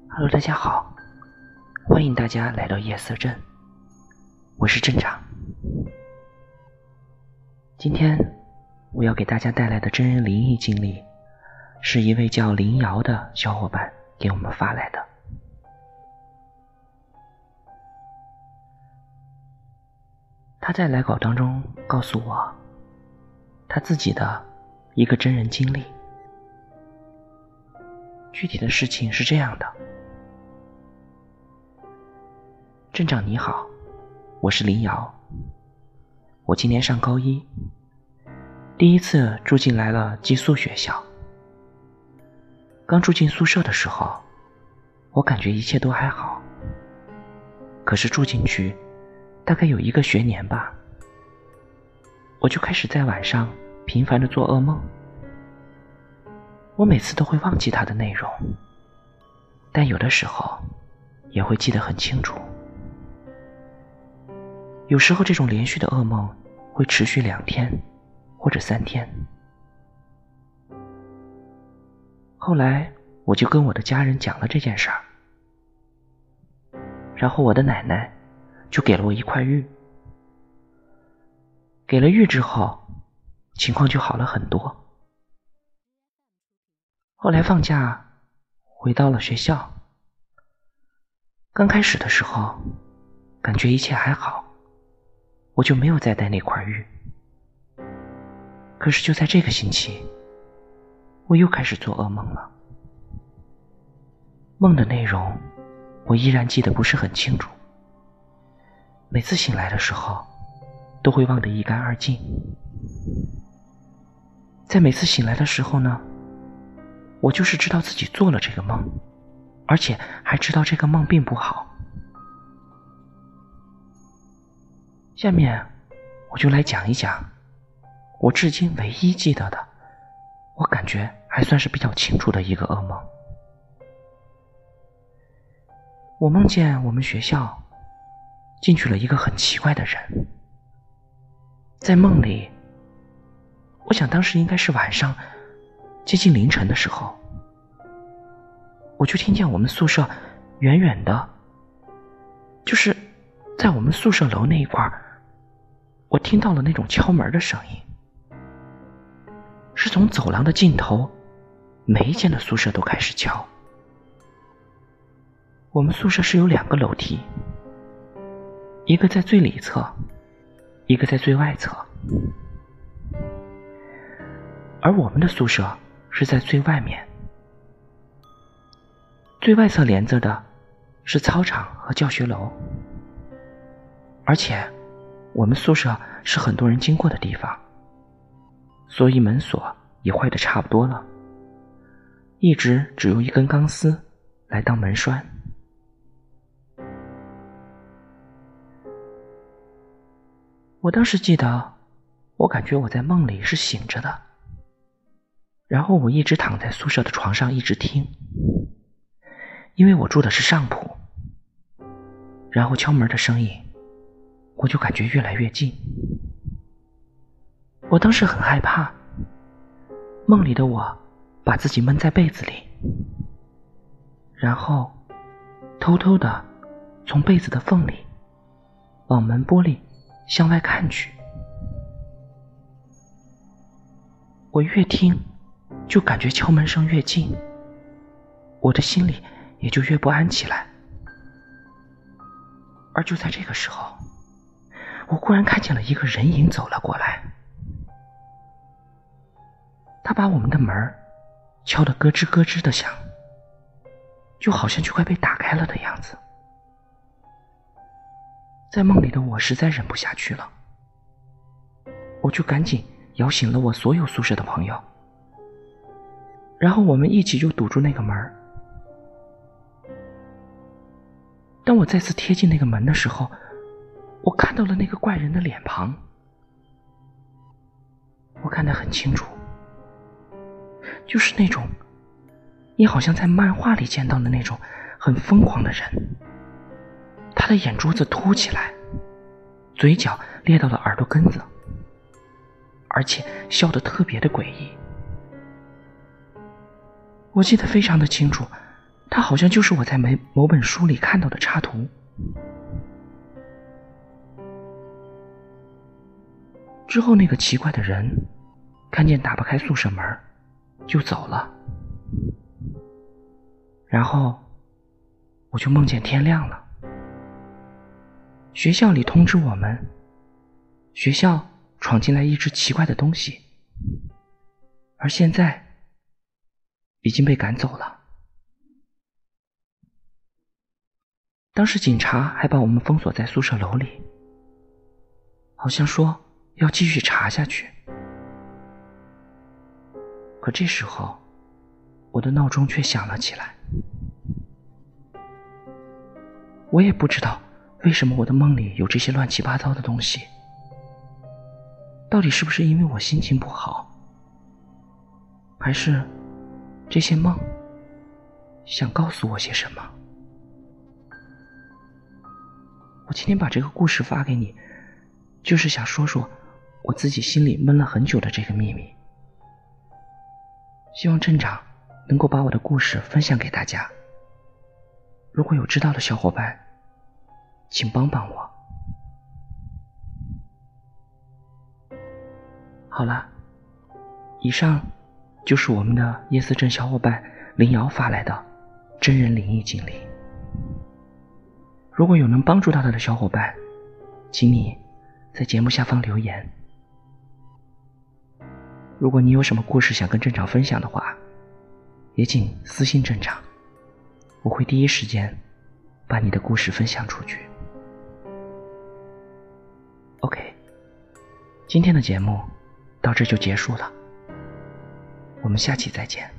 Hello， 大家好，欢迎大家来到夜色镇，我是镇长。今天我要给大家带来的真人灵异经历，是一位叫林瑶的小伙伴给我们发来的。他在来稿当中告诉我他自己的一个真人经历。具体的事情是这样的：镇长你好，我是林瑶，我今年上高一，第一次住进来了寄宿学校。刚住进宿舍的时候，我感觉一切都还好，可是住进去大概有1个学年吧，我就开始在晚上频繁地做噩梦。我每次都会忘记它的内容，但有的时候也会记得很清楚。有时候这种连续的噩梦会持续2天或者3天。后来我就跟我的家人讲了这件事儿，然后我的奶奶就给了我1块玉。给了玉之后，情况就好了很多。后来放假回到了学校，刚开始的时候感觉一切还好，我就没有再带那块玉。可是就在这个星期，我又开始做噩梦了。梦的内容我依然记得不是很清楚，每次醒来的时候都会忘得一干二净。在每次醒来的时候呢，我就是知道自己做了这个梦，而且还知道这个梦并不好。下面我就来讲一讲我至今唯一记得的，我感觉还算是比较清楚的一个噩梦。我梦见我们学校进去了一个很奇怪的人。在梦里，我想当时应该是晚上接近凌晨的时候，我就听见我们宿舍远远的，就是在我们宿舍楼那一块，我听到了那种敲门的声音，是从走廊的尽头，每一间的宿舍都开始敲。我们宿舍是有2个楼梯，一个在最里侧，一个在最外侧，而我们的宿舍是在最外面。最外侧连着的是操场和教学楼，而且我们宿舍是很多人经过的地方，所以门锁也坏得差不多了，一直只用1根钢丝来当门栓。我当时记得，我感觉我在梦里是醒着的，然后我一直躺在宿舍的床上一直听，因为我住的是上铺，然后敲门的声音我就感觉越来越近。我当时很害怕，梦里的我把自己闷在被子里，然后偷偷地从被子的缝里往门玻璃向外看去。我越听就感觉敲门声越近，我的心里也就越不安起来。而就在这个时候，我忽然看见了一个人影走了过来，他把我们的门敲得咯吱咯吱的响，就好像就快被打开了的样子。在梦里的我实在忍不下去了，我就赶紧摇醒了我所有宿舍的朋友，然后我们一起就堵住那个门。当我再次贴近那个门的时候，我看到了那个怪人的脸庞，我看得很清楚，就是那种你好像在漫画里见到的那种很疯狂的人。他的眼珠子凸起来，嘴角裂到了耳朵根子，而且笑得特别的诡异。我记得非常的清楚，他它好像就是我在某本书里看到的插图。之后那个奇怪的人看见打不开宿舍门就走了，然后我就梦见天亮了。学校里通知我们，学校闯进来一只奇怪的东西，而现在已经被赶走了。当时警察还把我们封锁在宿舍楼里，好像说要继续查下去。可这时候我的闹钟却响了起来。我也不知道为什么我的梦里有这些乱七八糟的东西，到底是不是因为我心情不好，还是这些梦想告诉我些什么？我今天把这个故事发给你，就是想说说我自己心里闷了很久的这个秘密。希望镇长能够把我的故事分享给大家。如果有知道的小伙伴，请帮帮我。好了，以上就是我们的夜思镇小伙伴林瑶发来的真人灵异经历。如果有能帮助到他的小伙伴，请你在节目下方留言。如果你有什么故事想跟镇长分享的话，也请私信镇长，我会第一时间把你的故事分享出去。OK， 今天的节目到这就结束了，我们下期再见。